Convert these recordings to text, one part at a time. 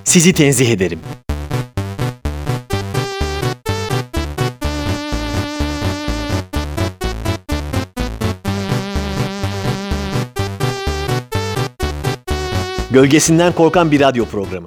sizi tenzih ederim. Gölgesinden korkan bir radyo programı.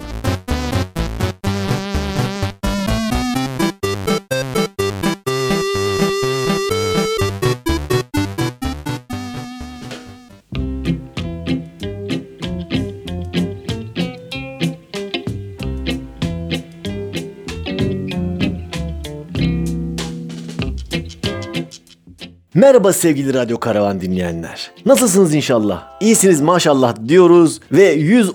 Merhaba sevgili Radyo Karavan dinleyenler. Nasılsınız inşallah? İyisiniz maşallah diyoruz ve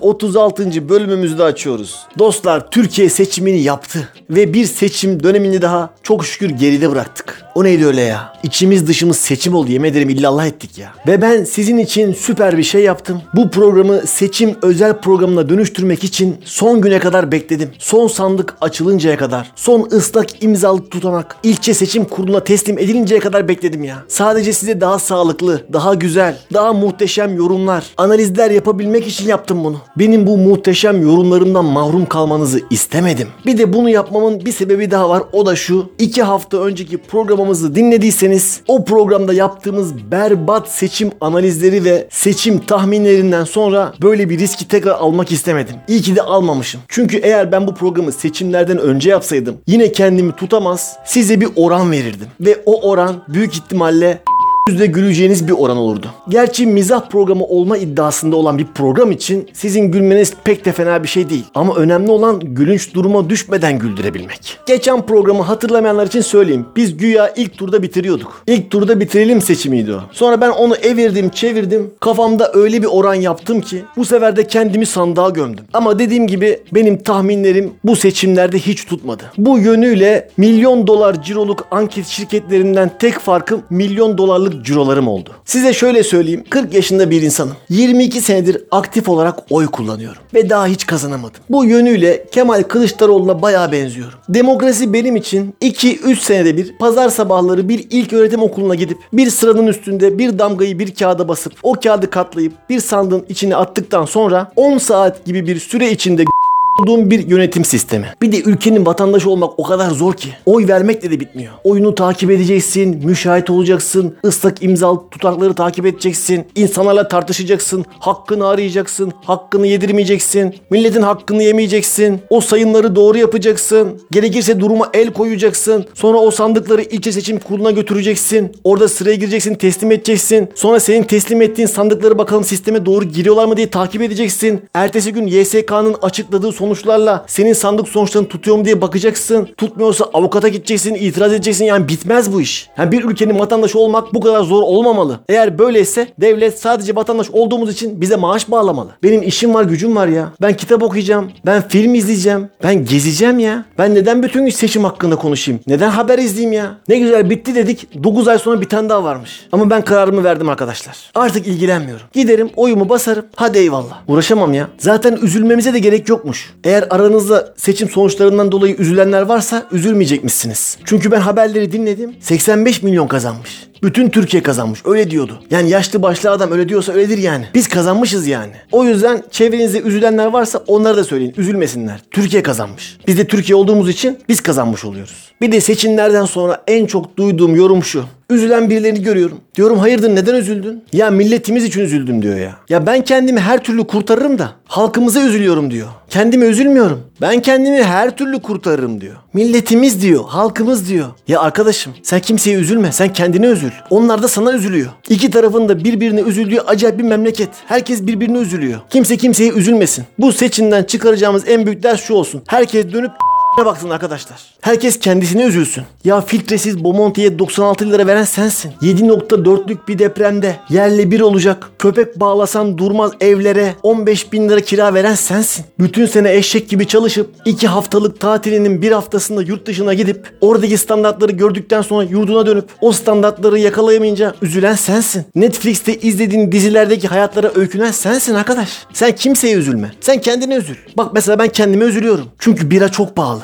136. bölümümüzü de açıyoruz. Dostlar, Türkiye seçimini yaptı ve bir seçim dönemini daha çok şükür geride bıraktık. O neydi öyle ya? İçimiz dışımız seçim oldu, yemin ederim illallah ettik ya. Ve ben sizin için süper bir şey yaptım. Bu programı seçim özel programına dönüştürmek için son güne kadar bekledim. Son sandık açılıncaya kadar, son ıslak imzalı tutanak ilçe seçim kuruluna teslim edilinceye kadar bekledim ya. Sadece size daha sağlıklı, daha güzel, daha muhteşem yorumlar, analizler yapabilmek için yaptım bunu. Benim bu muhteşem yorumlarımdan mahrum kalmanızı istemedim. Bir de bunu yapmamın bir sebebi daha var. O da şu: 2 hafta önceki programımızı dinlediyseniz o programda yaptığımız berbat seçim analizleri ve seçim tahminlerinden sonra böyle bir riski tekrar almak istemedim. İyi ki de almamışım. Çünkü eğer ben bu programı seçimlerden önce yapsaydım yine kendimi tutamaz, size bir oran verirdim. Ve o oran büyük ihtimalle yüzde güleceğiniz bir oran olurdu. Gerçi mizah programı olma iddiasında olan bir program için sizin gülmeniz pek de fena bir şey değil. Ama önemli olan gülünç duruma düşmeden güldürebilmek. Geçen programı hatırlamayanlar için söyleyeyim. Biz güya ilk turda bitiriyorduk. İlk turda bitirelim seçimiydi o. Sonra ben onu evirdim çevirdim. Kafamda öyle bir oran yaptım ki bu sefer de kendimi sandığa gömdüm. Ama dediğim gibi benim tahminlerim bu seçimlerde hiç tutmadı. Bu yönüyle milyon dolar ciroluk anket şirketlerinden tek farkım milyon dolarlık cirolarım oldu. Size şöyle söyleyeyim. 40 yaşında bir insanım. 22 senedir aktif olarak oy kullanıyorum. Ve daha hiç kazanamadım. Bu yönüyle Kemal Kılıçdaroğlu'na bayağı benziyorum. Demokrasi benim için 2-3 senede bir pazar sabahları bir ilköğretim okuluna gidip bir sıranın üstünde bir damgayı bir kağıda basıp o kağıdı katlayıp bir sandığın içine attıktan sonra 10 saat gibi bir süre içinde olduğum bir yönetim sistemi. Bir de ülkenin vatandaşı olmak o kadar zor ki. Oy vermekle de bitmiyor. Oyunu takip edeceksin, müşahit olacaksın, ıslak imzalı tutanakları takip edeceksin, insanlarla tartışacaksın, hakkını arayacaksın, hakkını yedirmeyeceksin, milletin hakkını yemeyeceksin, o sayımları doğru yapacaksın, gerekirse duruma el koyacaksın, sonra o sandıkları ilçe seçim kuruluna götüreceksin, orada sıraya gireceksin, teslim edeceksin, sonra senin teslim ettiğin sandıkları bakalım sisteme doğru giriyorlar mı diye takip edeceksin, ertesi gün YSK'nın açıkladığı sonuçlarla senin sandık sonuçlarını tutuyor mu diye bakacaksın. Tutmuyorsa avukata gideceksin, itiraz edeceksin. Yani bitmez bu iş. Yani bir ülkenin vatandaşı olmak bu kadar zor olmamalı. Eğer böyleyse devlet sadece vatandaş olduğumuz için bize maaş bağlamalı. Benim işim var, gücüm var ya. Ben kitap okuyacağım. Ben film izleyeceğim. Ben gezeceğim ya. Ben neden bütün gün seçim hakkında konuşayım? Neden haber izleyeyim ya? Ne güzel bitti dedik. 9 ay sonra bir tane daha varmış. Ama ben kararımı verdim arkadaşlar. Artık ilgilenmiyorum. Giderim, oyumu basarım. Hadi eyvallah. Uğraşamam ya. Zaten üzülmemize de gerek yokmuş. Eğer aranızda seçim sonuçlarından dolayı üzülenler varsa üzülmeyecekmişsiniz. Çünkü ben haberleri dinledim. 85 milyon kazanmış. Bütün Türkiye kazanmış. Öyle diyordu. Yani yaşlı başlı adam öyle diyorsa öyledir yani. Biz kazanmışız yani. O yüzden çevrenizde üzülenler varsa onlara da söyleyin. Üzülmesinler. Türkiye kazanmış. Biz de Türkiye olduğumuz için biz kazanmış oluyoruz. Bir de seçimlerden sonra en çok duyduğum yorum şu: üzülen birilerini görüyorum. Diyorum hayırdır, neden üzüldün? Ya milletimiz için üzüldüm diyor ya. Ya ben kendimi her türlü kurtarırım da halkımıza üzülüyorum diyor. Kendime üzülmüyorum. Ben kendimi her türlü kurtarırım diyor. Milletimiz diyor, halkımız diyor. Ya arkadaşım, sen kimseye üzülme, sen kendine üzül. Onlar da sana üzülüyor. İki tarafın da birbirine üzüldüğü acayip bir memleket. Herkes birbirine üzülüyor. Kimse kimseye üzülmesin. Bu seçimden çıkaracağımız en büyük ders şu olsun: herkes dönüp baksın arkadaşlar. Herkes kendisine üzülsün. Ya filtresiz Bomonti'ye 96 lira veren sensin. 7.4'lük bir depremde yerle bir olacak, köpek bağlasan durmaz evlere 15 bin lira kira veren sensin. Bütün sene eşek gibi çalışıp 2 haftalık tatilinin 1 haftasında yurt dışına gidip oradaki standartları gördükten sonra yurduna dönüp o standartları yakalayamayınca üzülen sensin. Netflix'te izlediğin dizilerdeki hayatlara öykünen sensin arkadaş. Sen kimseye üzülme. Sen kendine üzül. Bak mesela ben kendime üzülüyorum. Çünkü bira çok pahalı.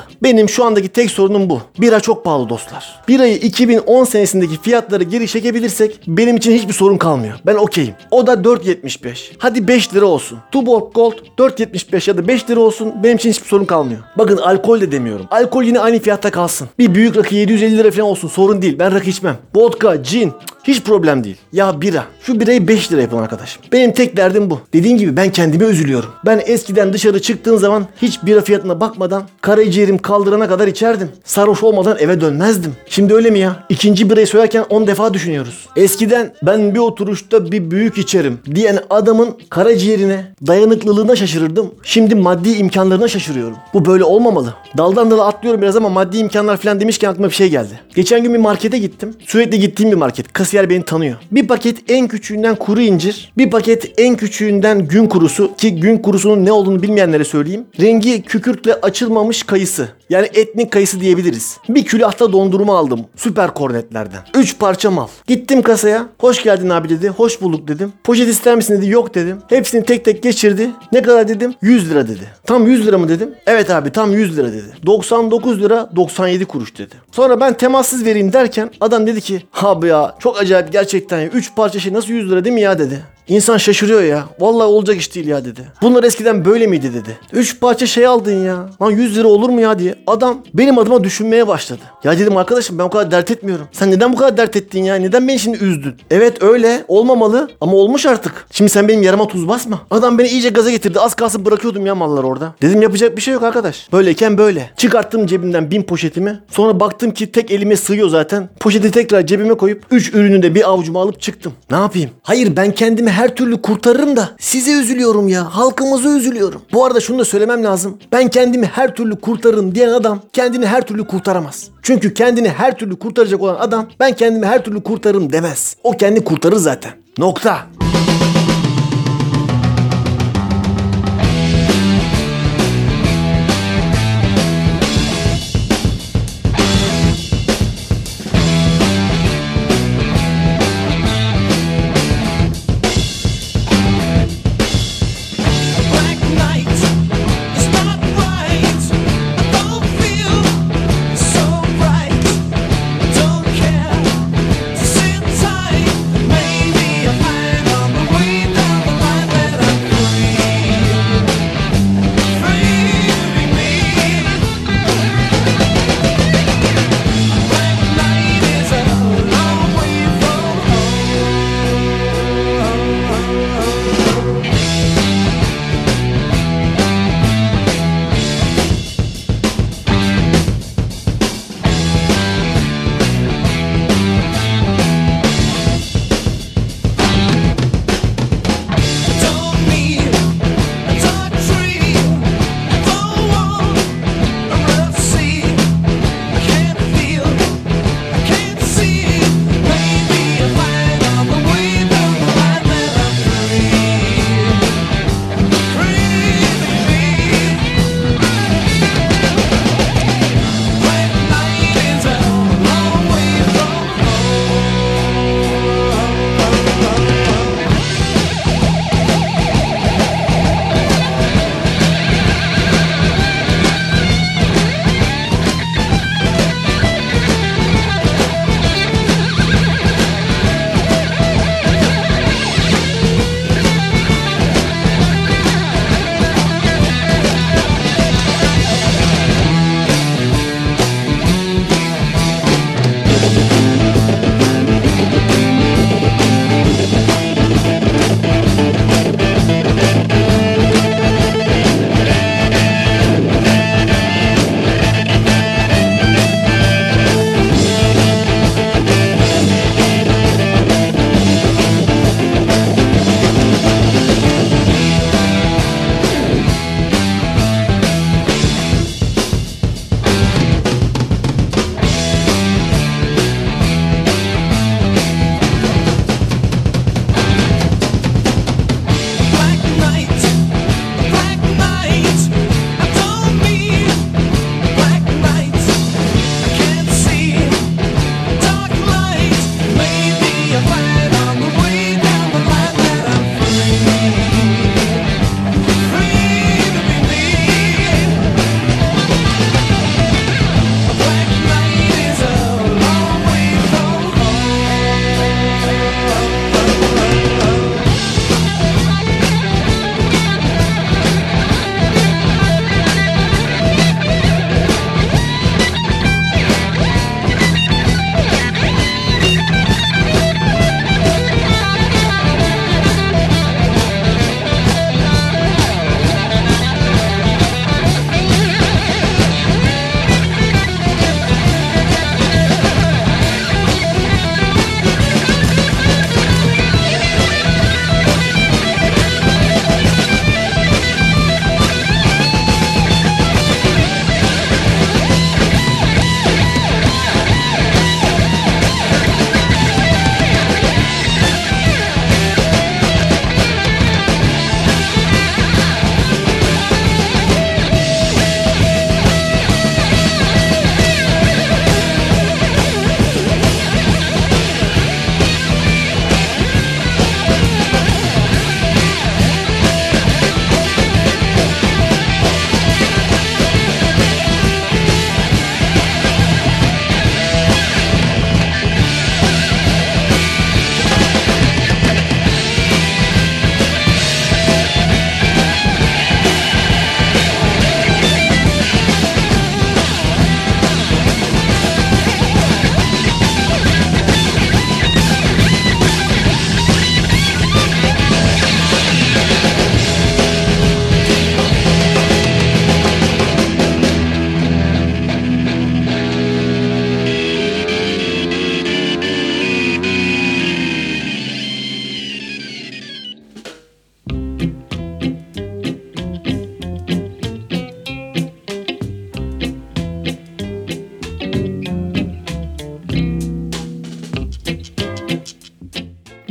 Benim şu andaki tek sorunum bu. Bira çok pahalı dostlar. Birayı 2010 senesindeki fiyatları geri çekebilirsek benim için hiçbir sorun kalmıyor. Ben okeyim. O da 4.75. Hadi 5 lira olsun. Tuborg Gold 4.75 ya da 5 lira olsun. Benim için hiçbir sorun kalmıyor. Bakın alkol de demiyorum. Alkol yine aynı fiyatta kalsın. Bir büyük rakı 750 lira falan olsun. Sorun değil. Ben rakı içmem. Vodka, cin hiç problem değil. Ya bira. Şu birayı 5 lira yapın arkadaşım. Benim tek derdim bu. Dediğim gibi ben kendime üzülüyorum. Ben eskiden dışarı çıktığım zaman hiç bira fiyatına bakmadan karaciğerim kaldırana kadar içerdim. Sarhoş olmadan eve dönmezdim. Şimdi öyle mi ya? İkinci birayı söylerken 10 defa düşünüyoruz. Eskiden ben bir oturuşta bir büyük içerim diyen adamın karaciğerine, dayanıklılığına şaşırırdım. Şimdi maddi imkanlarına şaşırıyorum. Bu böyle olmamalı. Daldan dala atlıyorum biraz ama maddi imkanlar falan demişken aklıma bir şey geldi. Geçen gün bir markete gittim. Sürekli gittiğim bir market. Kasiyer beni tanıyor. Bir paket en küçüğünden kuru incir, bir paket en küçüğünden gün kurusu, ki gün kurusunun ne olduğunu bilmeyenlere söyleyeyim. Rengi kükürtle açılmamış kayısı. Yani etnik kayısı diyebiliriz. Bir külahta dondurma aldım. Süper kornetlerden. 3 parça mal. Gittim kasaya. Hoş geldin abi dedi. Hoş bulduk dedim. Poşet ister misin dedi. Yok dedim. Hepsini tek tek geçirdi. Ne kadar dedim. 100 lira dedi. Tam 100 lira mı dedim. Evet abi tam 100 lira dedi. 99 lira 97 kuruş dedi. Sonra ben temassız vereyim derken adam dedi ki abi ya çok acayip gerçekten ya. 3 parça şey nasıl 100 lira değil mi ya dedi. İnsan şaşırıyor ya. Vallahi olacak iş değil ya dedi. Bunlar eskiden böyle miydi dedi. 3 parça şey aldın ya. Lan 100 lira olur mu ya diye. Adam benim adıma düşünmeye başladı. Ya dedim arkadaşım ben o kadar dert etmiyorum. Sen neden bu kadar dert ettin ya? Neden beni şimdi üzdün? Evet öyle olmamalı ama olmuş artık. Şimdi sen benim yarama tuz basma. Adam beni iyice gaza getirdi. Az kalsın bırakıyordum ya malları orada. Dedim yapacak bir şey yok arkadaş. Böyleyken böyle. Çıkarttım cebimden 1000 poşetimi. Sonra baktım ki tek elime sığıyor zaten. Poşeti tekrar cebime koyup 3 ürünü de bir avucuma alıp çıktım. Ne yapayım? Hayır ben kendimi her türlü kurtarırım da size üzülüyorum ya. Halkımıza üzülüyorum. Bu arada şunu da söylemem lazım. Ben kendimi her türlü kurtarırım diyen adam kendini her türlü kurtaramaz. Çünkü kendini her türlü kurtaracak olan adam ben kendimi her türlü kurtarırım demez. O kendini kurtarır zaten. Nokta. Maybe I find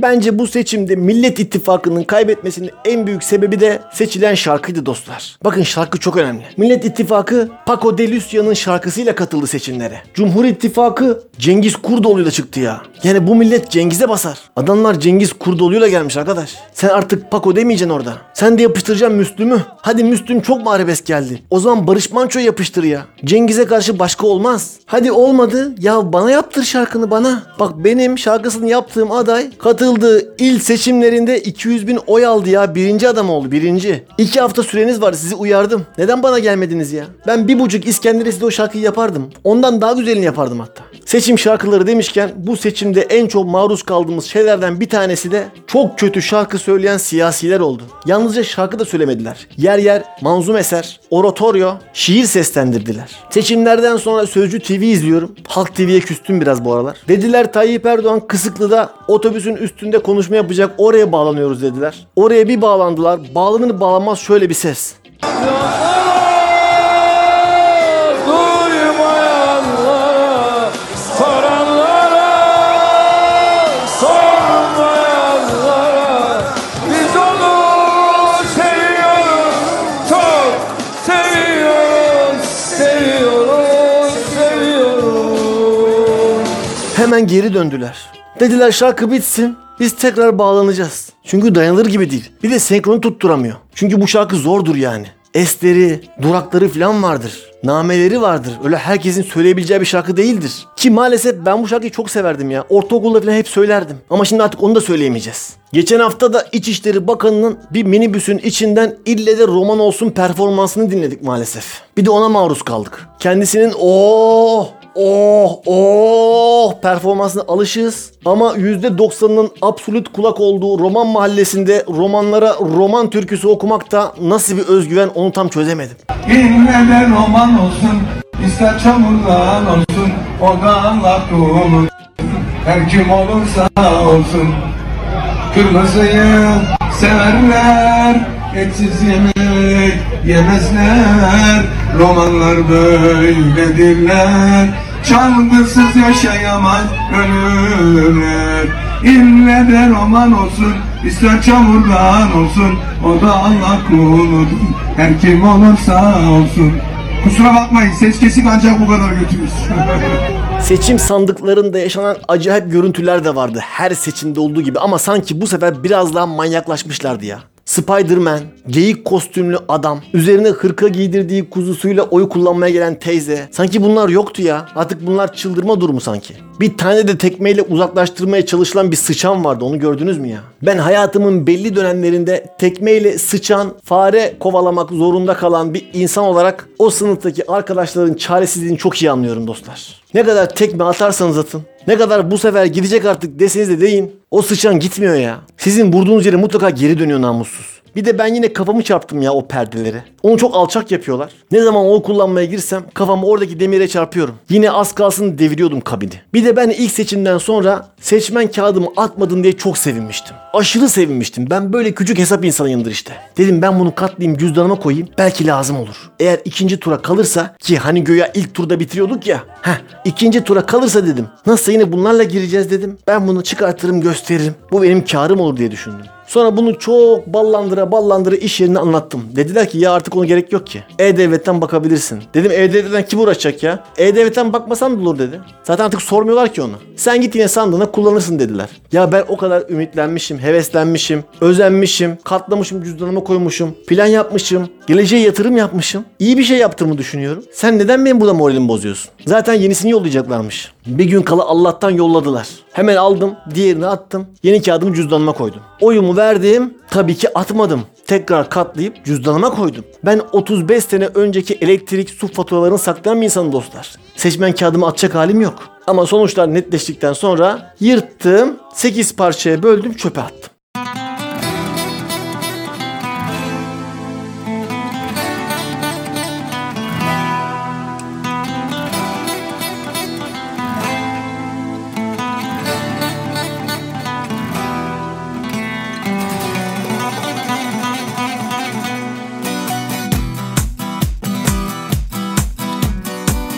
Bence bu seçimde Millet İttifakı'nın kaybetmesinin en büyük sebebi de seçilen şarkıydı dostlar. Bakın şarkı çok önemli. Millet İttifakı Paco de Lucia'nın şarkısıyla katıldı seçimlere. Cumhur İttifakı Cengiz Kurdoğlu'yla çıktı ya. Yani bu millet Cengiz'e basar. Adamlar Cengiz Kurdoğlu'yla gelmiş arkadaş. Sen artık Paco demeyeceksin orada. Sen de yapıştıracaksın Müslüm'ü. Hadi Müslüm çok mu arabesk geldi? O zaman Barış Manço'yu yapıştır ya. Cengiz'e karşı başka olmaz. Hadi olmadı. Ya bana yaptır şarkını bana. Bak benim şarkısını yaptığım aday katıldığı il seçimlerinde 200 bin oy aldı ya. Birinci adam oldu. Birinci. 2 hafta süreniz vardı. Sizi uyardım. Neden bana gelmediniz ya? Ben 1,5 İskender'e o şarkıyı yapardım. Ondan daha güzelini yapardım hatta. Seçim şarkıları demişken bu seçimde en çok maruz kaldığımız şeylerden bir tanesi de çok kötü şarkı söyleyen siyasiler oldu. Yalnızca şarkı da söylemediler. Yer yer manzum eser, oratorio, şiir seslendirdiler. Seçimlerden sonra Sözcü TV izliyorum. Halk TV'ye küstüm biraz bu aralar. Dediler Tayyip Erdoğan Kısıklı'da otobüsün üstünde konuşma yapacak, oraya bağlanıyoruz dediler. Oraya bir bağlandılar. Bağlanır bağlanmaz şöyle bir ses. Hemen geri döndüler. Dediler şarkı bitsin, biz tekrar bağlanacağız. Çünkü dayanılır gibi değil. Bir de senkronu tutturamıyor. Çünkü bu şarkı zordur yani. Esleri, durakları falan vardır. Nameleri vardır. Öyle herkesin söyleyebileceği bir şarkı değildir. Ki maalesef ben bu şarkıyı çok severdim ya. Ortaokulda falan hep söylerdim. Ama şimdi artık onu da söyleyemeyeceğiz. Geçen hafta da İçişleri Bakanı'nın bir minibüsün içinden ille de roman olsun performansını dinledik maalesef. Bir de ona maruz kaldık. Kendisinin performansına alışığız. Ama %90'ının absolut kulak olduğu Roman Mahallesi'nde romanlara roman türküsü okumakta nasıl bir özgüven onu tam çözemedim. İlle de roman olsun, ister çamurdan olsun, o da anlattı olur. Her kim olursa olsun, kırmızıyı severler, etsiz yemek yemezler, romanlar böyledirler. Çalgısız yaşayamaz ölürler. İlle de roman olsun, ister çamurdan olsun, o da Allah kuludur. Her kim olursa olsun. Kusura bakmayın, ses kesik ancak bu kadar götürürüz. Seçim sandıklarında yaşanan acayip görüntüler de vardı her seçimde olduğu gibi ama sanki bu sefer biraz daha manyaklaşmışlardı ya. Spider-Man, geyik kostümlü adam, üzerine hırka giydirdiği kuzusuyla oy kullanmaya gelen teyze. Sanki bunlar yoktu ya. Artık bunlar çıldırma durumu sanki. Bir tane de tekmeyle uzaklaştırmaya çalışılan bir sıçan vardı. Onu gördünüz mü ya? Ben hayatımın belli dönemlerinde tekmeyle sıçan, fare kovalamak zorunda kalan bir insan olarak o sınıftaki arkadaşların çaresizliğini çok iyi anlıyorum dostlar. Ne kadar tekme atarsanız atın, ne kadar bu sefer gidecek artık deseniz de deyin, o sıçan gitmiyor ya. Sizin vurduğunuz yere mutlaka geri dönüyor namussuz. Bir de ben yine kafamı çarptım ya o perdelere. Onu çok alçak yapıyorlar. Ne zaman oy kullanmaya girsem kafamı oradaki demire çarpıyorum. Yine az kalsın deviriyordum kabini. Bir de ben ilk seçimden sonra seçmen kağıdımı atmadın diye çok sevinmiştim. Aşırı sevinmiştim. Ben böyle küçük hesap insanıyımdır işte. Dedim ben bunu katlayayım cüzdanıma koyayım. Belki lazım olur. Eğer ikinci tura kalırsa ki hani göya ilk turda bitiriyorduk ya. İkinci tura kalırsa dedim. Nasılsa yine bunlarla gireceğiz dedim. Ben bunu çıkartırım gösteririm. Bu benim kârım olur diye düşündüm. Sonra bunu çok ballandıra iş yerine anlattım. Dediler ki ya artık ona gerek yok ki. E-Devlet'ten bakabilirsin. Dedim E-Devlet'ten kim uğraşacak ya? E-Devlet'ten bakmasan da olur dedi. Zaten artık sormuyorlar ki onu. Sen git yine sandığına kullanırsın dediler. Ya ben o kadar ümitlenmişim, heveslenmişim, özenmişim, katlamışım, cüzdanıma koymuşum, plan yapmışım, geleceğe yatırım yapmışım. İyi bir şey yaptığımı düşünüyorum. Sen neden benim burada moralimi bozuyorsun? Zaten yenisini yollayacaklarmış. Bir gün kala Allah'tan yolladılar. Hemen aldım, diğerini attım, yeni kağıdımı cüzdanıma koydum. Oyumu verdim, tabii ki atmadım. Tekrar katlayıp cüzdanıma koydum. Ben 35 sene önceki elektrik, su faturalarını saklayan bir insanım dostlar. Seçmen kağıdımı atacak halim yok. Ama sonuçlar netleştikten sonra yırttım, 8 parçaya böldüm, çöpe attım.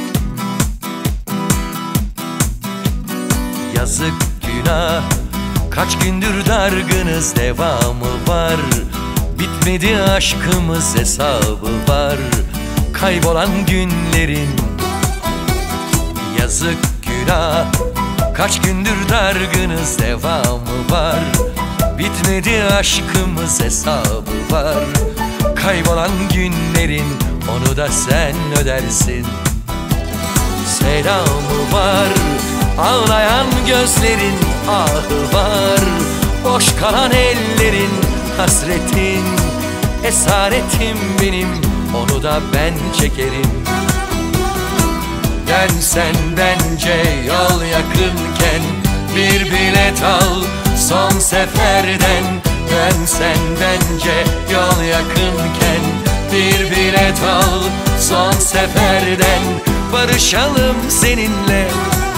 Yazık günah Kaç gündür dargınız, devamı var. Bitmedi aşkımız, hesabı var. Kaybolan günlerin yazık günah. Kaç gündür dargınız, devamı var. Bitmedi aşkımız, hesabı var. Kaybolan günlerin onu da sen ödersin. Selamı var, ağlayan gözlerin ahı var. Boş kalan ellerin, hasretin, esaretim benim, onu da ben çekerim. Dönsen bence yol yakınken, bir bilet al son seferden. Dönsen bence yol yakınken, bir bilet al son seferden. Barışalım seninle.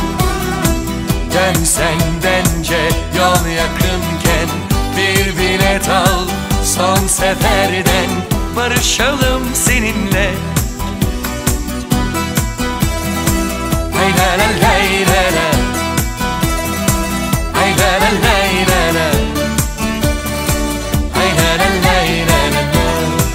Dönsen bence yol yakınken, bir bilet al son seferden. Barışalım seninle. Hey la la lay la la, hey la la lay la la, hey la la lay la la.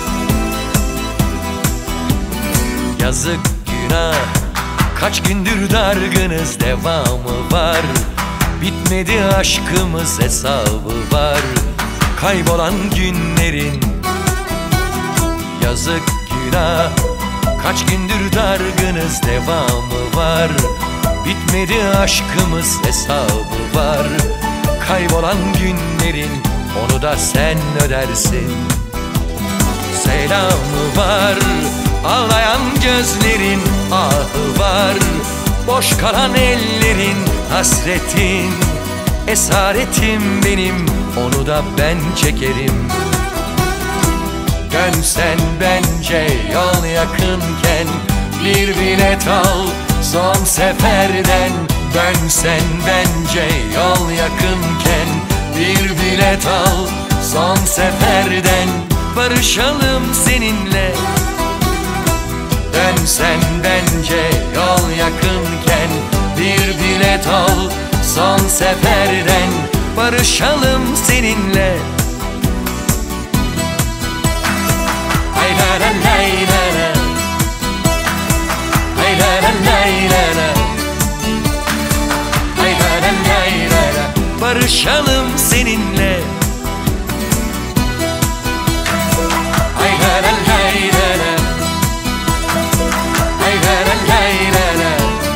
Yazık günah, kaç gündür dargınız, devamı var. Bitmedi aşkımız, hesabı var. Kaybolan günlerin yazık günah. Kaç gündür dargınız, devamı var. Bitmedi aşkımız, hesabı var. Kaybolan günlerin onu da sen ödersin. Selamı var, ağlayan gözlerin ahı var. Boş kalan ellerin, hasretin, esaretim benim, onu da ben çekerim. Dönsen bence yol yakınken, bir bilet al son seferden. Dönsen bence yol yakınken, bir bilet al son seferden. Barışalım seninle. Dönsen bence yol yakınken, bir bilet al son seferden. Barışalım seninle. Hey la la lay la la, hey la la lay la la, hey la la lay la la. Barışalım seninle. Hey la la lay la la, hey la la lay la la,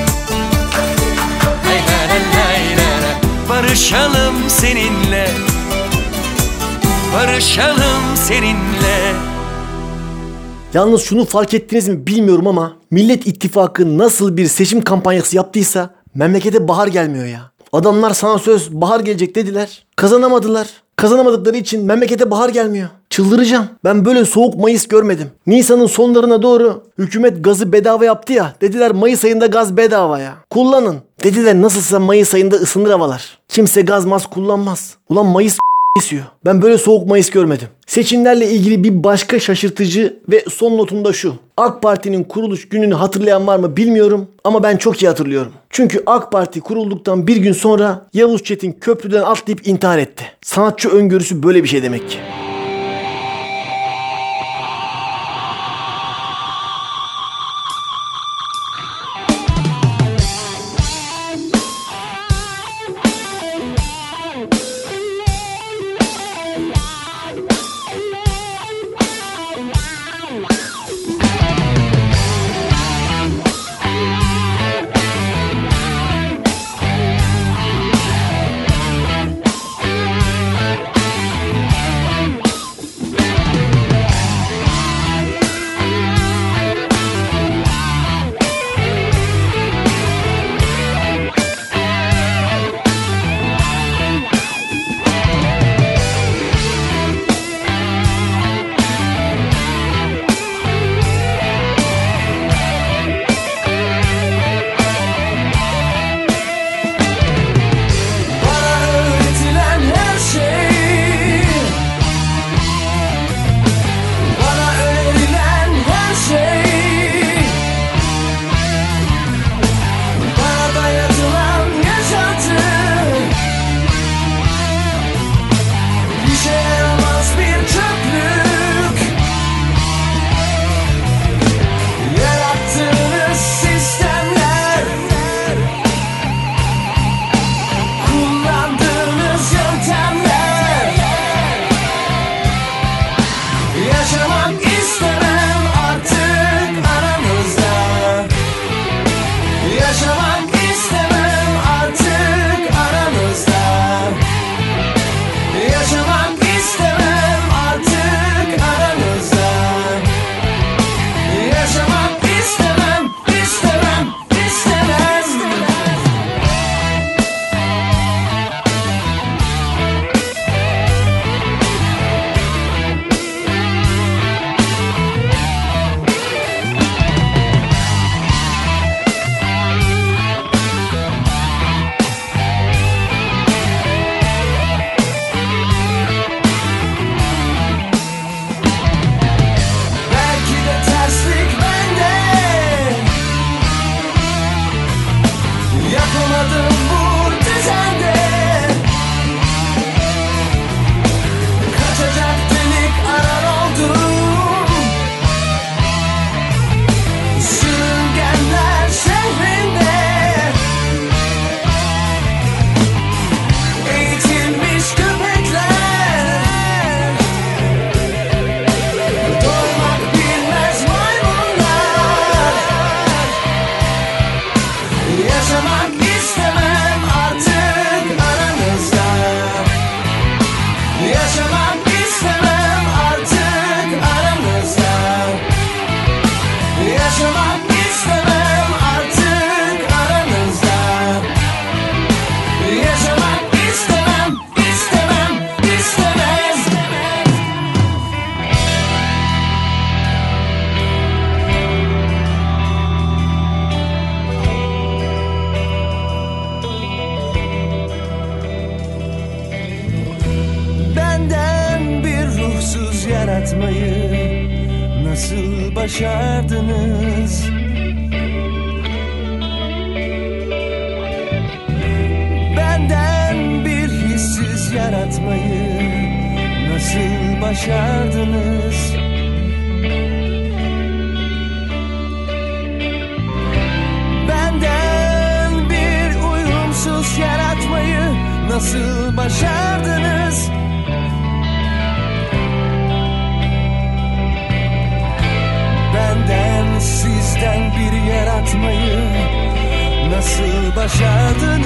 hey la la lay la la. Barışalım seninle. Barışalım seninle. Yalnız şunu fark ettiniz mi bilmiyorum ama Millet İttifakı nasıl bir seçim kampanyası yaptıysa memlekete bahar gelmiyor ya. Adamlar sana söz bahar gelecek dediler. Kazanamadılar. Kazanamadıkları için memlekete bahar gelmiyor. Çıldıracağım. Ben böyle soğuk Mayıs görmedim. Nisan'ın sonlarına doğru hükümet gazı bedava yaptı ya. Dediler Mayıs ayında gaz bedava ya. Kullanın. Dediler nasılsa Mayıs ayında ısınır havalar. Kimse gaz maz kullanmaz. Ulan Mayıs esiyor. Ben böyle soğuk Mayıs görmedim. Seçimlerle ilgili bir başka şaşırtıcı ve son notum da şu. AK Parti'nin kuruluş gününü hatırlayan var mı bilmiyorum ama ben çok iyi hatırlıyorum. Çünkü AK Parti kurulduktan bir gün sonra Yavuz Çetin köprüden atlayıp intihar etti. Sanatçı öngörüsü böyle bir şey demek ki. yaratmayı nasıl başardınız? Benden bir hissiz yaratmayı nasıl başardınız? Benden bir uyumsuz yaratmayı nasıl başardınız? Benden sizden bir yaratmayı nasıl başardınız?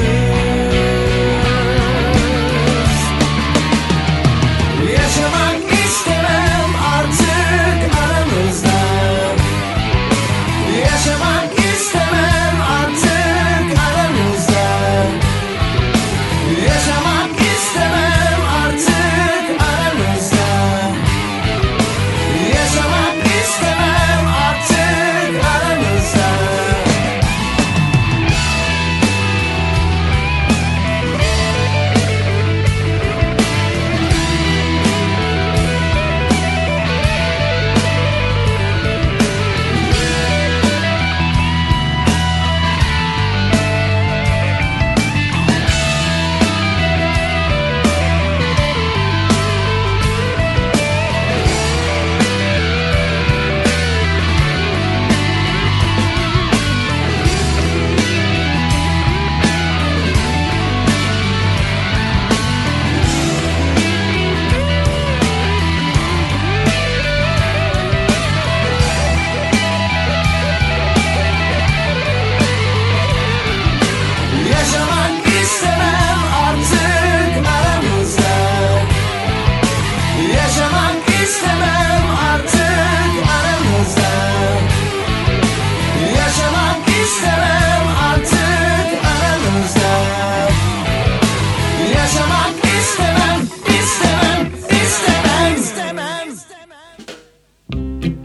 Yaşamak istemem artık aranızda. Yaşamak istemem artık aranızda. Yaşamak istemem artık aranızda. Yaşamak istemem artık aranızda. Yaşamak istemem artık aranızda. Yaşamak istemem artık aranızda. Yaşamak istemem artık aranızda. Yaşamak istemem, istemem, istemem, istemem, istemem.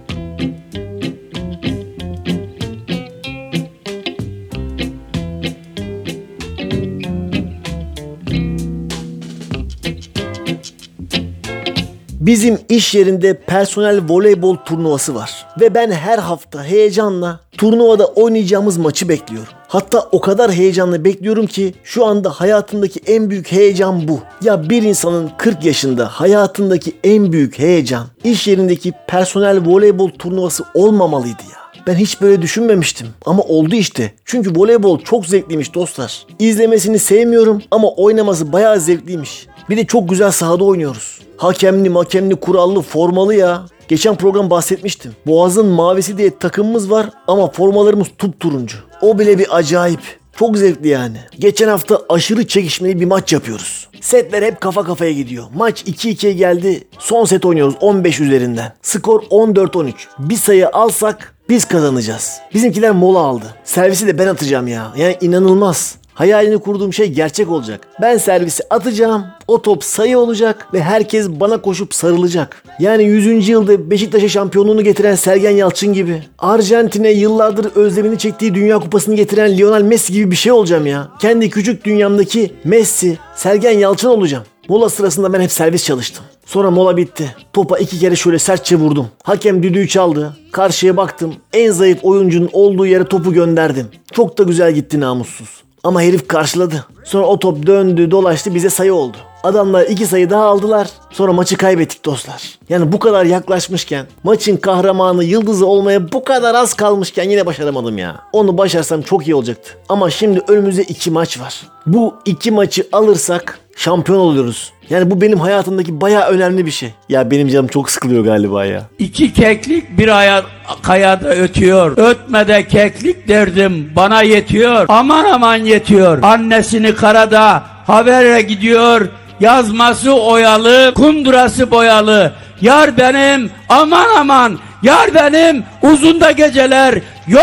Bizim iş yerinde personel voleybol turnuvası var. Ve ben her hafta heyecanla turnuvada oynayacağımız maçı bekliyorum. Hatta o kadar heyecanla bekliyorum ki şu anda hayatımdaki en büyük heyecan bu. Ya bir insanın 40 yaşında hayatındaki en büyük heyecan iş yerindeki personel voleybol turnuvası olmamalıydı ya. Ben hiç böyle düşünmemiştim ama oldu işte. Çünkü voleybol çok zevkliymiş dostlar. İzlemesini sevmiyorum ama oynaması bayağı zevkliymiş. Bir de çok güzel sahada oynuyoruz. Hakemli, kurallı, formalı ya. Geçen program bahsetmiştim. Boğaz'ın mavisi diye takımımız var ama formalarımız turuncu. O bile bir acayip. Çok zevkli yani. Geçen hafta aşırı çekişmeli bir maç yapıyoruz. Setler hep kafa kafaya gidiyor. Maç 2-2'ye geldi. Son set oynuyoruz 15 üzerinden. Skor 14-13. Bir sayı alsak biz kazanacağız. Bizimkiler mola aldı. Servisi de ben atacağım ya. Yani inanılmaz. Hayalini kurduğum şey gerçek olacak. Ben servisi atacağım, o top sayı olacak ve herkes bana koşup sarılacak. Yani 100. yılda Beşiktaş'a şampiyonluğunu getiren Sergen Yalçın gibi, Arjantin'e yıllardır özlemini çektiği Dünya Kupası'nı getiren Lionel Messi gibi bir şey olacağım ya. Kendi küçük dünyamdaki Messi, Sergen Yalçın olacağım. Mola sırasında ben hep servis çalıştım. Sonra mola bitti. Topa 2 kere şöyle sertçe vurdum. Hakem düdüğü çaldı. Karşıya baktım. En zayıf oyuncunun olduğu yere topu gönderdim. Çok da güzel gitti namussuz. Ama herif karşıladı. Sonra o top döndü dolaştı bize sayı oldu. Adamlar 2 sayı daha aldılar. Sonra maçı kaybettik dostlar. Yani bu kadar yaklaşmışken, maçın kahramanı, yıldızı olmaya bu kadar az kalmışken yine başaramadım ya. Onu başarsam çok iyi olacaktı. Ama şimdi önümüzde 2 maç var. Bu 2 maçı alırsak şampiyon oluyoruz. Yani bu benim hayatımdaki bayağı önemli bir şey. Ya benim canım çok sıkılıyor galiba ya. 2 keklik bir kayada ötüyor. Ötmede keklik derdim bana yetiyor. Aman aman yetiyor. Annesini karada habere gidiyor. Yazması oyalı, kundurası boyalı. Yar benim aman aman. Yar benim uzun da geceler.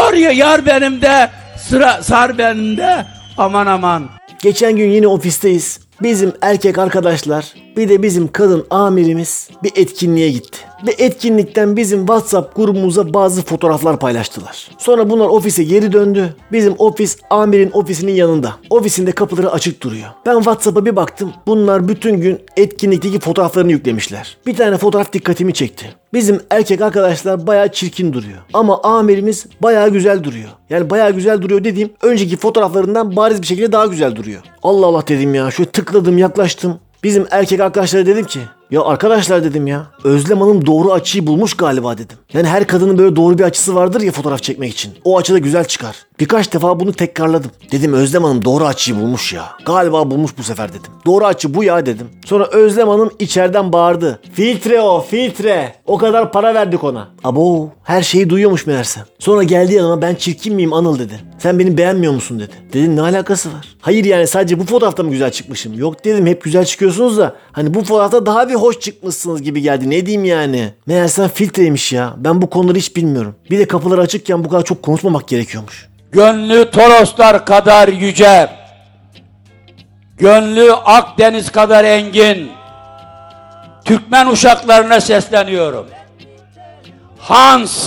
Yar benim de sar benim de aman aman. Geçen gün yine ofisteyiz. Bizim erkek arkadaşlar bir de bizim kadın amirimiz bir etkinliğe gitti. Ve etkinlikten bizim WhatsApp grubumuza bazı fotoğraflar paylaştılar. Sonra bunlar ofise geri döndü. Bizim ofis amirin ofisinin yanında. Ofisinde kapıları açık duruyor. Ben WhatsApp'a bir baktım. Bunlar bütün gün etkinlikteki fotoğraflarını yüklemişler. Bir tane fotoğraf dikkatimi çekti. Bizim erkek arkadaşlar bayağı çirkin duruyor. Ama amirimiz bayağı güzel duruyor. Yani bayağı güzel duruyor dediğim önceki fotoğraflarından bariz bir şekilde daha güzel duruyor. Allah Allah dedim ya. Şöyle tıkladım, yaklaştım. Bizim erkek arkadaşlara dedim ki ya arkadaşlar dedim ya Özlem Hanım doğru açıyı bulmuş galiba dedim. Yani her kadının böyle doğru bir açısı vardır ya fotoğraf çekmek için. O açıda güzel çıkar. Birkaç defa bunu tekrarladım. Dedim Özlem Hanım doğru açıyı bulmuş ya. Galiba bulmuş bu sefer dedim. Doğru açı bu ya dedim. Sonra Özlem Hanım içeriden bağırdı. Filtre o filtre. O kadar para verdik ona. Abo her şeyi duyuyormuş meğerse. Sonra geldi yanıma ben çirkin miyim Anıl dedi. Sen beni beğenmiyor musun dedi. Dedim ne alakası var? Hayır yani sadece bu fotoğrafta mı güzel çıkmışım? Yok dedim hep güzel çıkıyorsunuz da hani bu fotoğrafta daha bir hoş çıkmışsınız gibi geldi. Ne diyeyim yani? Meğersem filtreymiş ya. Ben bu konuları hiç bilmiyorum. Bir de kapılar açıkken bu kadar çok konuşmamak gerekiyormuş. Gönlü Toroslar kadar yüce, gönlü Akdeniz kadar engin, Türkmen uşaklarına sesleniyorum. Hans,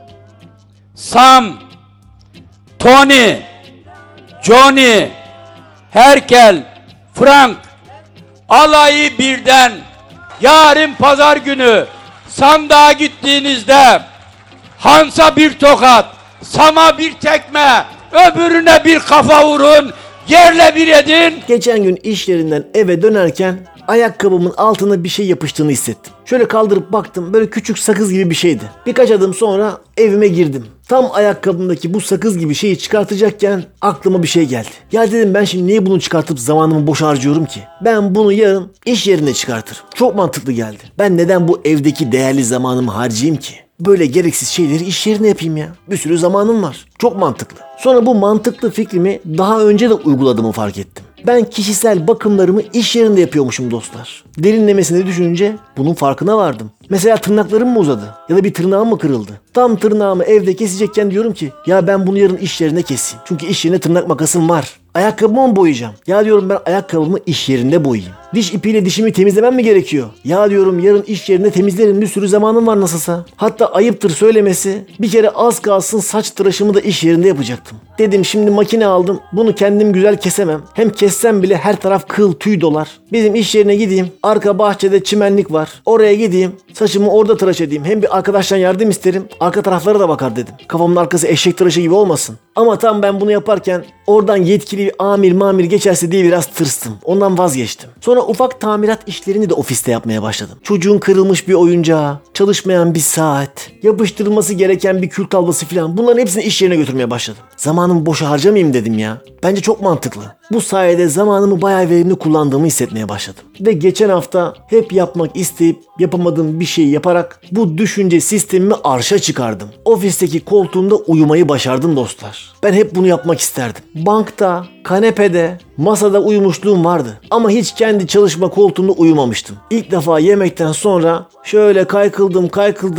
Sam, Tony, Johnny, Herkel, Frank, alayı birden yarın pazar günü sandığa gittiğinizde Hans'a bir tokat, Sam'a bir tekme, öbürüne bir kafa vurun, yerle bir edin. Geçen gün iş yerinden eve dönerken ayakkabımın altına bir şey yapıştığını hissettim. Şöyle kaldırıp baktım böyle küçük sakız gibi bir şeydi. Birkaç adım sonra evime girdim. Tam ayakkabımdaki bu sakız gibi şeyi çıkartacakken aklıma bir şey geldi. Ya dedim ben şimdi niye bunu çıkartıp zamanımı boş harcıyorum ki? Ben bunu yarın iş yerinde çıkartırım. Çok mantıklı geldi. Ben neden bu evdeki değerli zamanımı harcayayım ki? Böyle gereksiz şeyleri iş yerine yapayım ya. Bir sürü zamanım var. Çok mantıklı. Sonra bu mantıklı fikrimi daha önce de uyguladığımı fark ettim. Ben kişisel bakımlarımı iş yerinde yapıyormuşum dostlar. Derinlemesine düşününce bunun farkına vardım. Mesela tırnaklarım mı uzadı? Ya da bir tırnağım mı kırıldı? Tam tırnağımı evde kesecekken diyorum ki ya ben bunu yarın iş yerine keseyim. Çünkü iş yerine tırnak makasım var. Ayakkabımı mı boyayacağım? Ya diyorum ben ayakkabımı iş yerinde boyayayım. Diş ipiyle dişimi temizlemem mi gerekiyor? Ya diyorum yarın iş yerinde temizlerim, bir sürü zamanım var nasılsa. Hatta ayıptır söylemesi bir kere az kalsın saç tıraşımı da iş yerinde yapacaktım. Dedim şimdi makine aldım, bunu kendim güzel kesemem. Hem kessem bile her taraf kıl tüy dolar. Bizim iş yerine gideyim, arka bahçede çimenlik var. Oraya gideyim, saçımı orada tıraş edeyim. Hem bir arkadaştan yardım isterim, arka taraflara da bakar dedim. Kafamın arkası eşek tıraşı gibi olmasın. Ama tam ben bunu yaparken oradan yetkili bir amir geçerse diye biraz tırstım. Ondan vazgeçtim. Sonra ufak tamirat işlerini de ofiste yapmaya başladım. Çocuğun kırılmış bir oyuncağı, çalışmayan bir saat, yapıştırılması gereken bir kül tablası falan, bunların hepsini iş yerine götürmeye başladım. Zamanımı boşa harcamayayım dedim ya. Bence çok mantıklı. Bu sayede zamanımı bayağı verimli kullandığımı hissetmeye başladım. Ve geçen hafta hep yapmak isteyip yapamadığım bir şeyi yaparak bu düşünce sistemimi arşa çıkardım. Ofisteki koltuğumda uyumayı başardım dostlar. Ben hep bunu yapmak isterdim. Bankta, kanepede, masada uyumuşluğum vardı. Ama hiç kendi çalışma koltuğumda uyumamıştım. İlk defa yemekten sonra şöyle kaykıldım.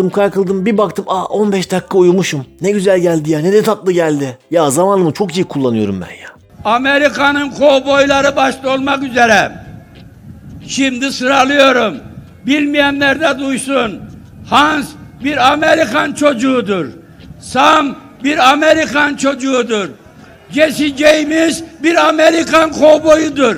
Bir baktım 15 dakika uyumuşum. Ne güzel geldi ya, ne de tatlı geldi. Ya zamanımı çok iyi kullanıyorum ben ya. Amerika'nın kovboyları başta olmak üzere. Şimdi sıralıyorum. Bilmeyenler de duysun. Hans bir Amerikan çocuğudur. Sam bir Amerikan çocuğudur. Jesse James bir Amerikan kovboyudur.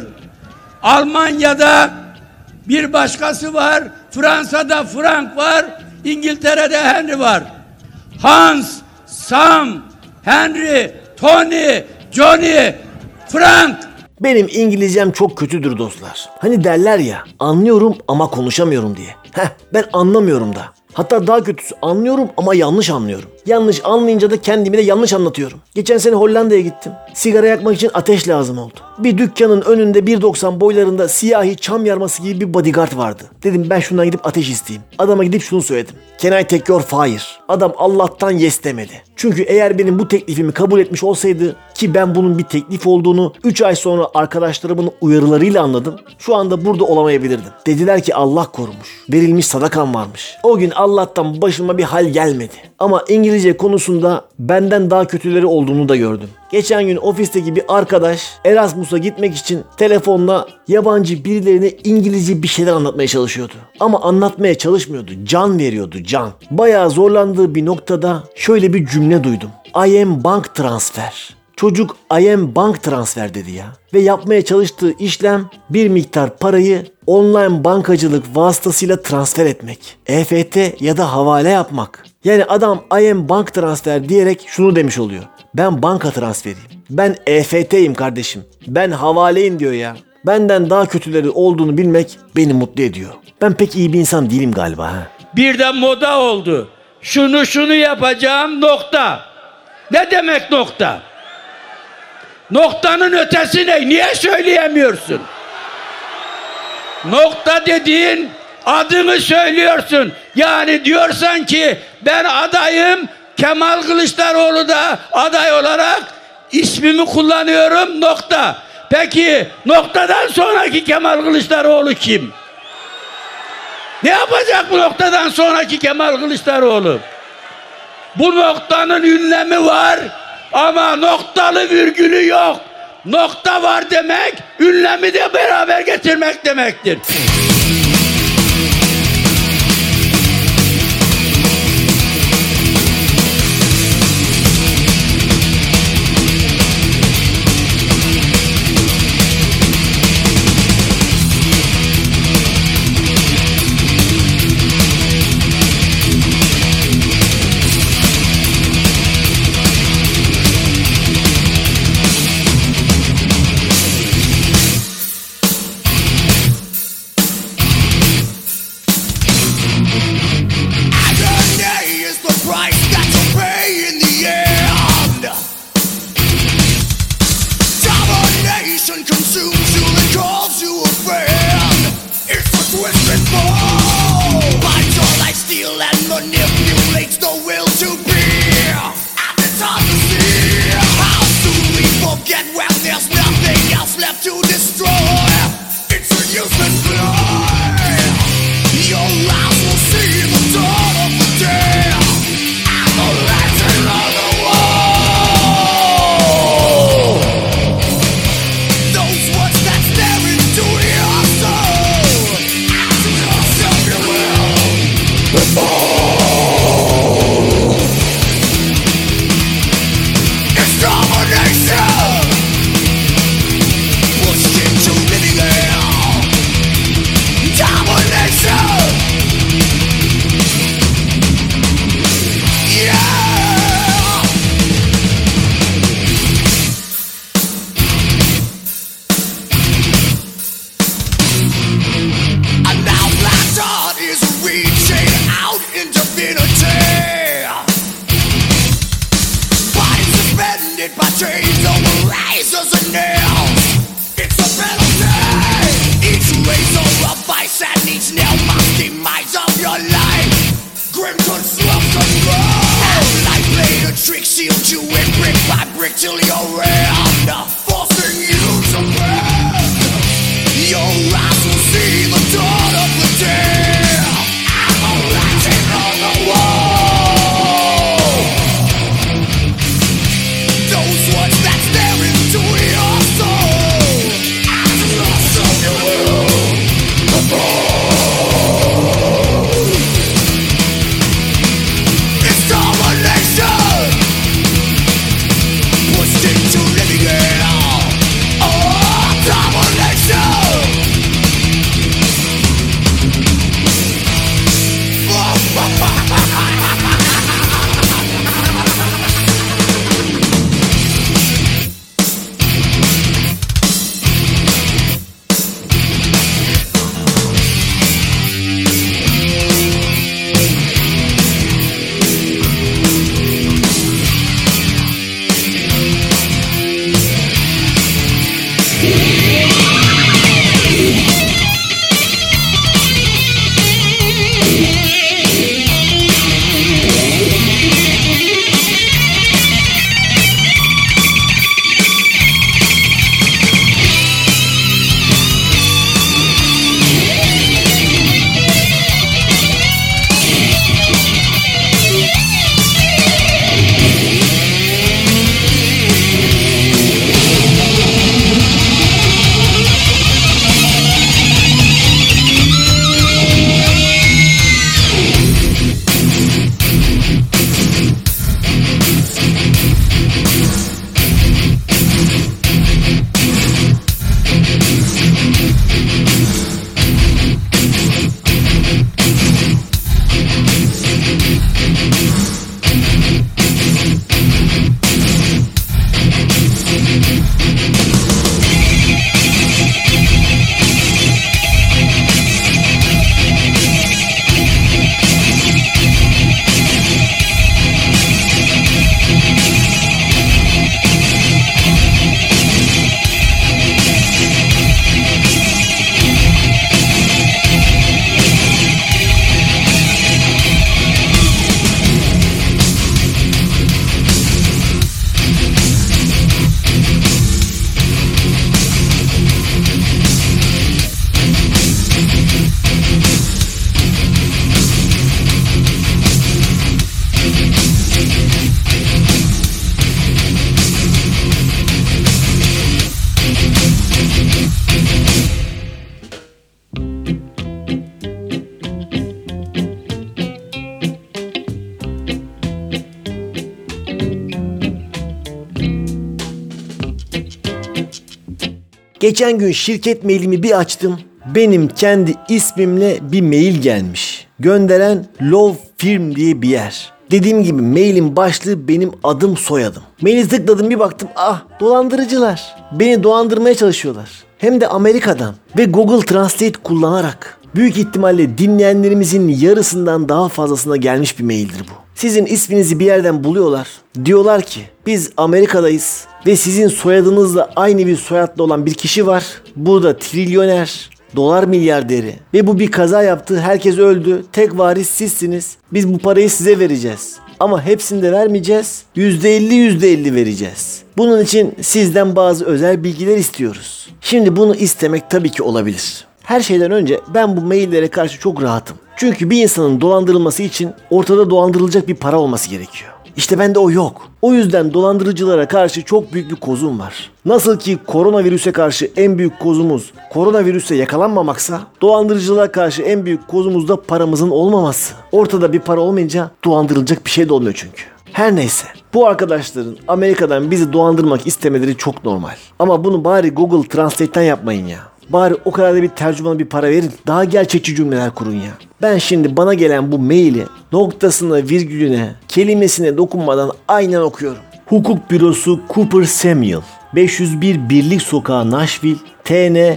Almanya'da bir başkası var. Fransa'da Frank var. İngiltere'de Henry var. Hans, Sam, Henry, Tony, Johnny, Frank. Benim İngilizcem çok kötüdür dostlar. Hani derler ya, anlıyorum ama konuşamıyorum diye. Ben anlamıyorum da. Hatta daha kötüsü anlıyorum ama yanlış anlıyorum. Yanlış anlayınca da kendimi de yanlış anlatıyorum. Geçen sene Hollanda'ya gittim. Sigara yakmak için ateş lazım oldu. Bir dükkanın önünde 1.90 boylarında siyahi çam yarması gibi bir bodyguard vardı. Dedim ben şundan gidip ateş isteyeyim. Adama gidip şunu söyledim. Can I take your fire? Adam Allah'tan yes demedi. Çünkü eğer benim bu teklifimi kabul etmiş olsaydı, ki ben bunun bir teklif olduğunu 3 ay sonra arkadaşlarımın uyarılarıyla anladım, şu anda burada olamayabilirdim. Dediler ki Allah korumuş. Verilmiş sadakan varmış. O gün Allah'tan başıma bir hal gelmedi. Ama İngiliz İngilizce konusunda benden daha kötüleri olduğunu da gördüm. Geçen gün ofisteki bir arkadaş Erasmus'a gitmek için telefonla yabancı birilerine İngilizce bir şeyler anlatmaya çalışıyordu. Ama anlatmaya çalışmıyordu, can veriyordu, can. Bayağı zorlandığı bir noktada şöyle bir cümle duydum. I am bank transfer. Çocuk I am bank transfer dedi ya. Ve yapmaya çalıştığı işlem bir miktar parayı online bankacılık vasıtasıyla transfer etmek. EFT ya da havale yapmak. Yani adam I am bank transfer diyerek şunu demiş oluyor. Ben banka transferiyim. Ben EFT'yim kardeşim. Ben havaleyim diyor ya. Benden daha kötüleri olduğunu bilmek beni mutlu ediyor. Ben pek iyi bir insan değilim galiba. Ha. Birden moda oldu. Şunu yapacağım nokta. Ne demek nokta? Noktanın ötesi ne? Niye söyleyemiyorsun? Nokta dediğin adını söylüyorsun. Yani diyorsan ki ben adayım, Kemal Kılıçdaroğlu da aday olarak ismimi kullanıyorum, nokta. Peki noktadan sonraki Kemal Kılıçdaroğlu kim? Ne yapacak bu noktadan sonraki Kemal Kılıçdaroğlu? Bu noktanın ünlemi var ama noktalı virgülü yok. Nokta var demek, ünlemi de beraber getirmek demektir. Pushed into living Geçen gün şirket mailimi bir açtım. Benim kendi ismimle bir mail gelmiş. Gönderen Love Firm diye bir yer. Dediğim gibi mailin başlığı benim adım soyadım. Maili tıkladım, bir baktım, dolandırıcılar. Beni dolandırmaya çalışıyorlar. Hem de Amerika'dan ve Google Translate kullanarak. Büyük ihtimalle dinleyenlerimizin yarısından daha fazlasına gelmiş bir maildir bu. Sizin isminizi bir yerden buluyorlar. Diyorlar ki biz Amerika'dayız ve sizin soyadınızla aynı bir soyadlı olan bir kişi var. Burada trilyoner, dolar milyarderi ve bu bir kaza yaptı, herkes öldü, tek varis sizsiniz. Biz bu parayı size vereceğiz. Ama hepsini de vermeyeceğiz. %50 vereceğiz. Bunun için sizden bazı özel bilgiler istiyoruz. Şimdi bunu istemek tabii ki olabilir. Her şeyden önce ben bu maillere karşı çok rahatım. Çünkü bir insanın dolandırılması için ortada dolandırılacak bir para olması gerekiyor. İşte bende o yok. O yüzden dolandırıcılara karşı çok büyük bir kozum var. Nasıl ki koronavirüse karşı en büyük kozumuz koronavirüse yakalanmamaksa, dolandırıcılığa karşı en büyük kozumuz da paramızın olmaması. Ortada bir para olmayınca dolandırılacak bir şey de olmuyor çünkü. Her neyse, bu arkadaşların Amerika'dan bizi dolandırmak istemeleri çok normal. Ama bunu bari Google Translate'ten yapmayın ya. Bari o kadar da bir tercümana bir para verin. Daha gerçekçi cümleler kurun ya. Ben şimdi bana gelen bu maili noktasına, virgülüne, kelimesine dokunmadan aynen okuyorum. Hukuk Bürosu Cooper Samuel, 501 Birlik Sokağı, Nashville, TN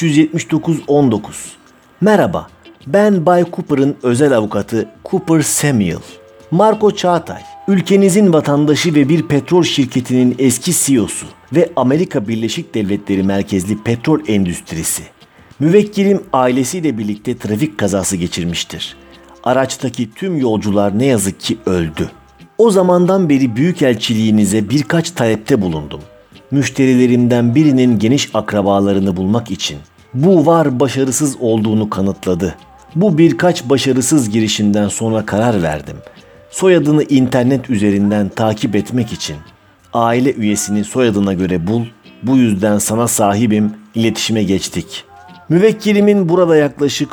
37919. Merhaba, ben Bay Cooper'ın özel avukatı Cooper Samuel. Marco Çağatay, ülkenizin vatandaşı ve bir petrol şirketinin eski CEO'su ve Amerika Birleşik Devletleri merkezli petrol endüstrisi. Müvekkilim ailesiyle birlikte trafik kazası geçirmiştir. Araçtaki tüm yolcular ne yazık ki öldü. O zamandan beri büyükelçiliğinize birkaç talepte bulundum. Müşterilerimden birinin geniş akrabalarını bulmak için. Bu var başarısız olduğunu kanıtladı. Bu birkaç başarısız girişimden sonra karar verdim. Soyadını internet üzerinden takip etmek için. Aile üyesini soyadına göre bul, bu yüzden sana sahibim, iletişime geçtik. Müvekkilimin burada yaklaşık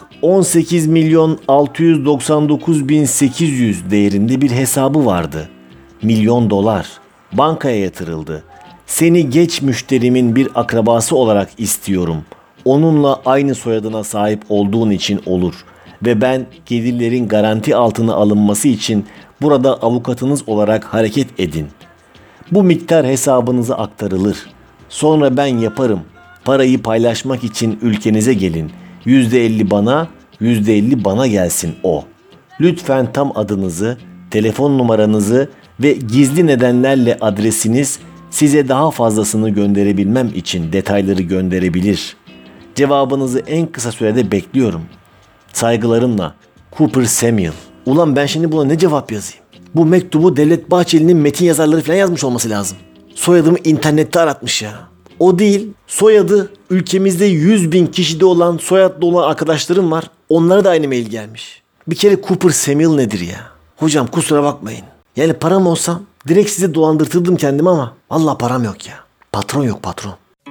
18.699.800 değerinde bir hesabı vardı. Milyon dolar bankaya yatırıldı. Seni geç müşterimin bir akrabası olarak istiyorum. Onunla aynı soyadına sahip olduğun için olur. Ve ben gelirlerin garanti altına alınması için burada avukatınız olarak hareket edin. Bu miktar hesabınıza aktarılır. Sonra ben yaparım. Parayı paylaşmak için ülkenize gelin. %50 bana, %50 bana gelsin o. Lütfen tam adınızı, telefon numaranızı ve gizli nedenlerle adresiniz, size daha fazlasını gönderebilmem için detayları gönderebilir. Cevabınızı en kısa sürede bekliyorum. Saygılarımla Cooper Samuel. Ulan ben şimdi buna ne cevap yazayım? Bu mektubu Devlet Bahçeli'nin metin yazarları falan yazmış olması lazım. Soyadımı internette aratmış ya. O değil, soyadı ülkemizde 100.000 kişide olan soyadlı olan arkadaşlarım var. Onlara da aynı mail gelmiş. Bir kere Cooper Samuel nedir ya? Hocam kusura bakmayın. Yani param olsam direkt size dolandırtırdım kendimi ama vallahi param yok ya. Patron yok, patron.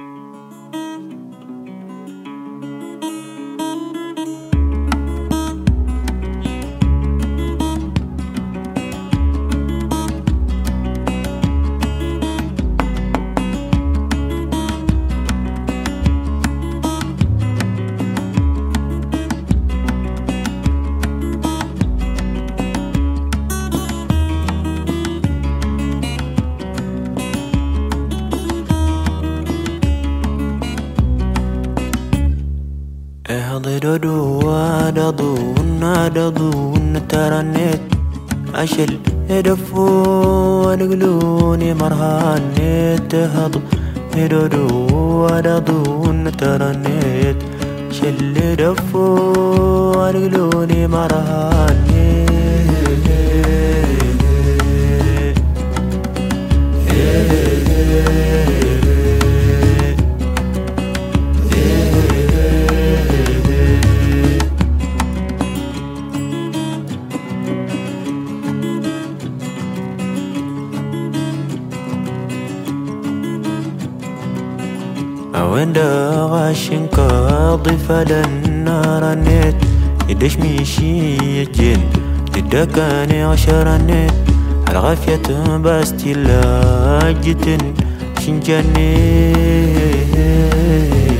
أدون ترنيت أشل هدفو ونقلوني مرهانيت هض هدو أدون ترنيت شل هدفو ونقلوني مرهانيت وين غاشن قاضي فلنا رنيت يدش ميشي يجين تدكاني عشرنيت الغافية باستي لاجتن شنجاني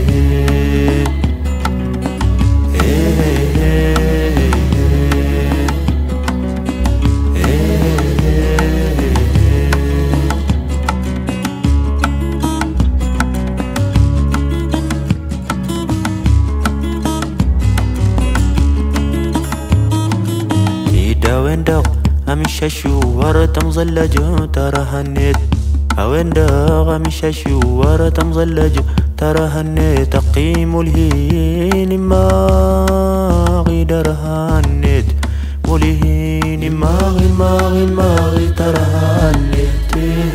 داق مش شوارة مزلج تراها النت وين داق مش شوارة مزلج تراها النت تقيم الهين ما غيدرها النت ولهين ما غي تراها النت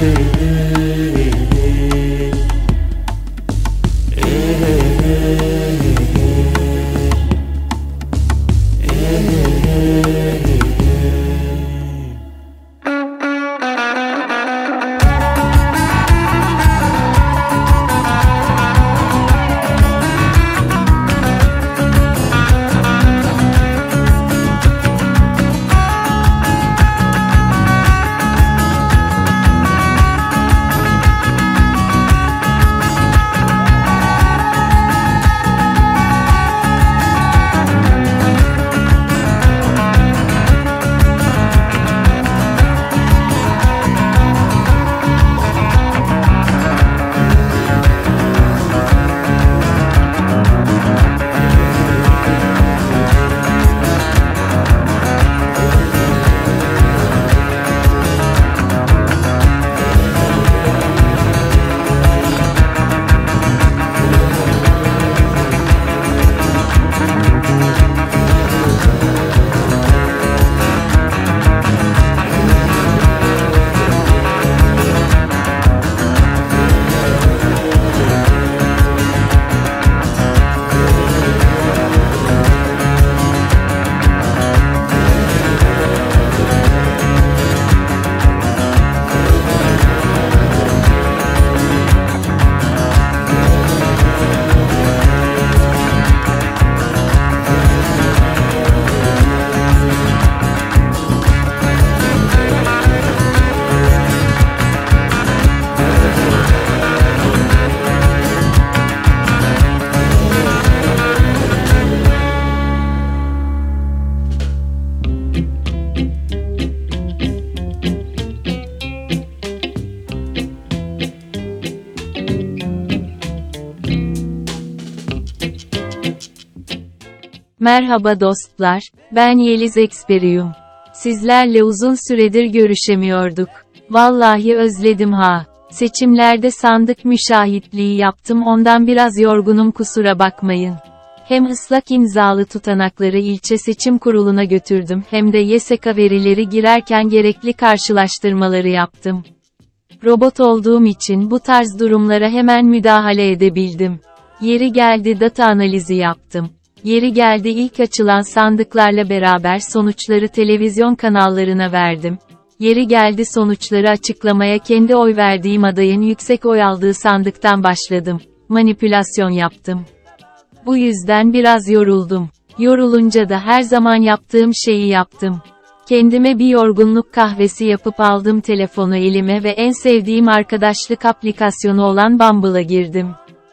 Merhaba dostlar, ben Yeliz Experium. Sizlerle uzun süredir görüşemiyorduk. Vallahi özledim ha. Seçimlerde sandık müşahitliği yaptım, ondan biraz yorgunum, kusura bakmayın. Hem ıslak imzalı tutanakları ilçe seçim kuruluna götürdüm, hem de YSK verileri girerken gerekli karşılaştırmaları yaptım. Robot olduğum için bu tarz durumlara hemen müdahale edebildim. Yeri geldi data analizi yaptım. Yeri geldi ilk açılan sandıklarla beraber sonuçları televizyon kanallarına verdim. Yeri geldi sonuçları açıklamaya kendi oy verdiğim adayın yüksek oy aldığı sandıktan başladım. Manipülasyon yaptım. Bu yüzden biraz yoruldum. Yorulunca da her zaman yaptığım şeyi yaptım. Kendime bir yorgunluk kahvesi yapıp aldım telefonu elime ve en sevdiğim arkadaşlık aplikasyonu olan Bumble'a girdim.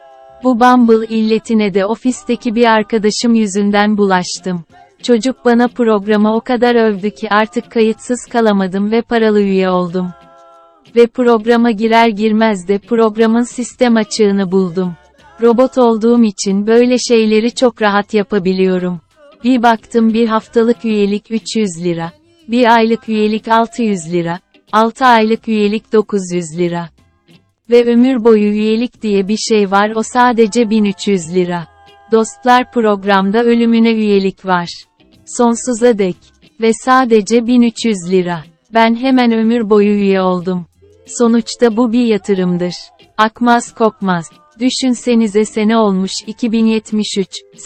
Bu Bumble illetine de ofisteki bir arkadaşım yüzünden bulaştım. Çocuk bana programı o kadar övdü ki artık kayıtsız kalamadım ve paralı üye oldum. Ve programa girer girmez de programın sistem açığını buldum. Robot olduğum için böyle şeyleri çok rahat yapabiliyorum. Bir baktım bir haftalık üyelik 300 lira. Bir aylık üyelik 600 lira. 6 aylık üyelik 900 lira. Ve ömür boyu üyelik diye bir şey var, o sadece 1300 lira. Dostlar, programda ölümüne üyelik var. Sonsuza dek. Ve sadece 1300 lira. Ben hemen ömür boyu üye oldum. Sonuçta bu bir yatırımdır. Akmaz kokmaz. Düşünsenize, sene olmuş 2073,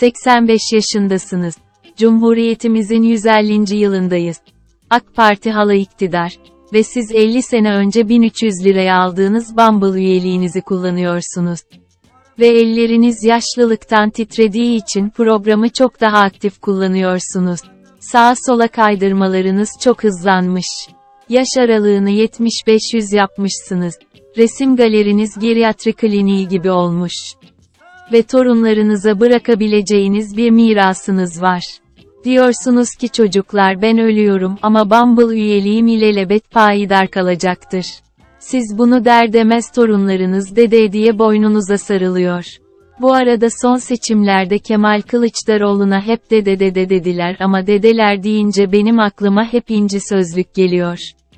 85 yaşındasınız. Cumhuriyetimizin 150. yılındayız. AK Parti hala iktidar. Ve siz 50 sene önce 1300 liraya aldığınız Bumble üyeliğinizi kullanıyorsunuz. Ve elleriniz yaşlılıktan titrediği için programı çok daha aktif kullanıyorsunuz. Sağa sola kaydırmalarınız çok hızlanmış. Yaş aralığını 75-100 yapmışsınız. Resim galeriniz geriatri kliniği gibi olmuş. Ve torunlarınıza bırakabileceğiniz bir mirasınız var. Diyorsunuz ki çocuklar, ben ölüyorum ama Bumble üyeliğim ilelebet payidar kalacaktır. Siz bunu der demez torunlarınız dede diye boynunuza sarılıyor. Bu arada son seçimlerde Kemal Kılıçdaroğlu'na hep dede dediler ama dedeler deyince benim aklıma hep İnci Sözlük geliyor.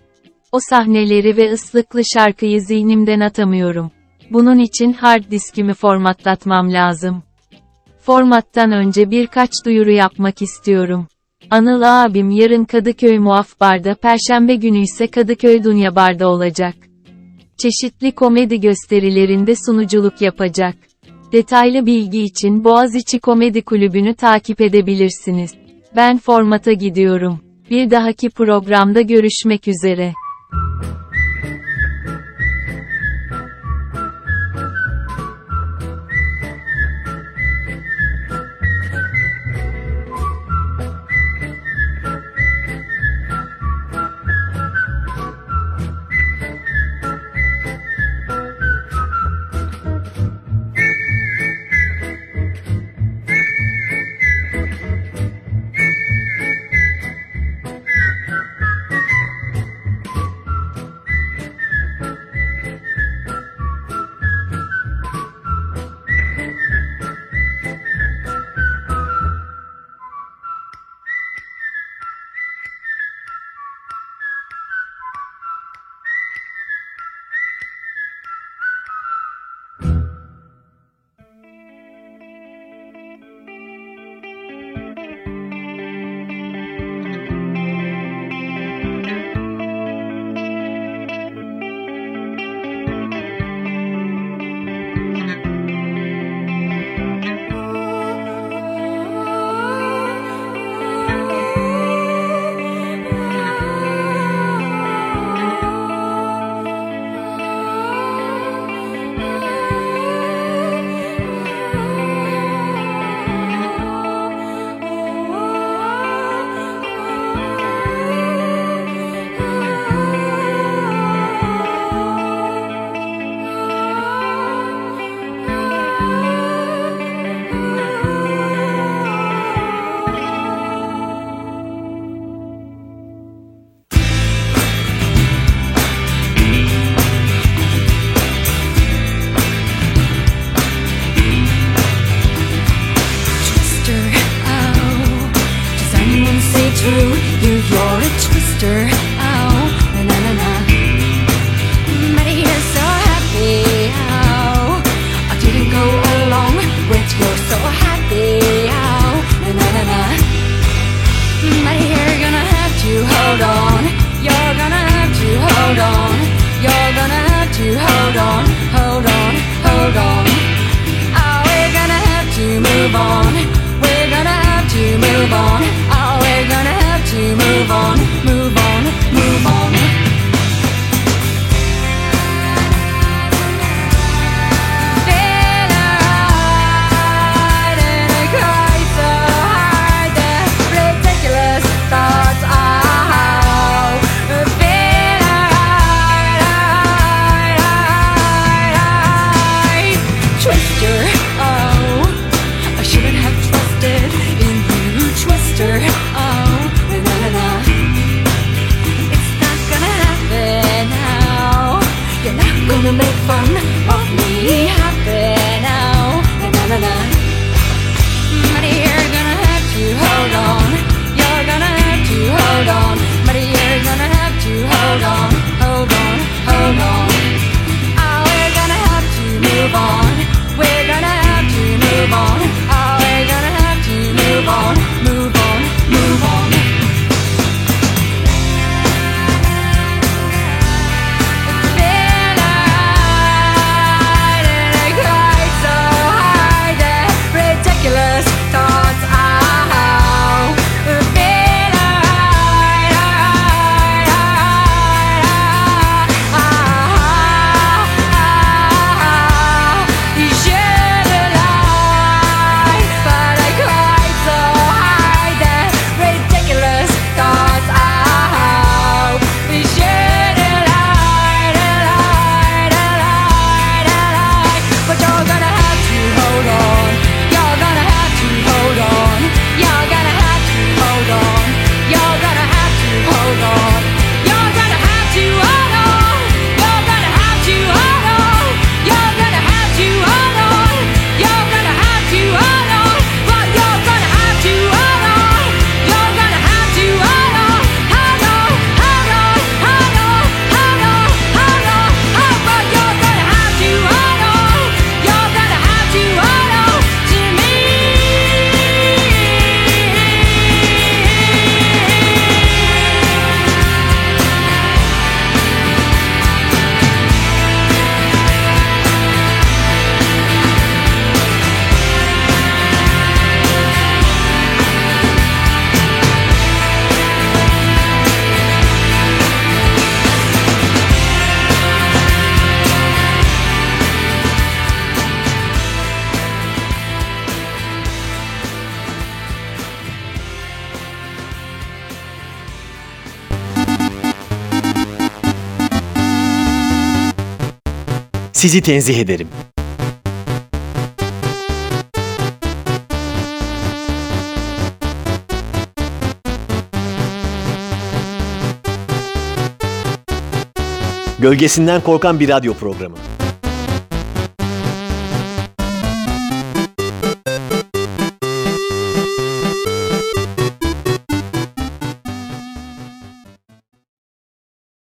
O sahneleri ve ıslıklı şarkıyı zihnimden atamıyorum. Bunun için hard diskimi formatlatmam lazım. Formattan önce birkaç duyuru yapmak istiyorum. Anıl abim yarın Kadıköy Muaf Bar'da, Perşembe günü ise Kadıköy Dunya Bar'da olacak. Çeşitli komedi gösterilerinde sunuculuk yapacak. Detaylı bilgi için Boğaziçi Komedi Kulübü'nü takip edebilirsiniz. Ben formata gidiyorum. Bir dahaki programda görüşmek üzere. Move on. sizi tenzih ederim. Gölgesinden korkan bir radyo programı.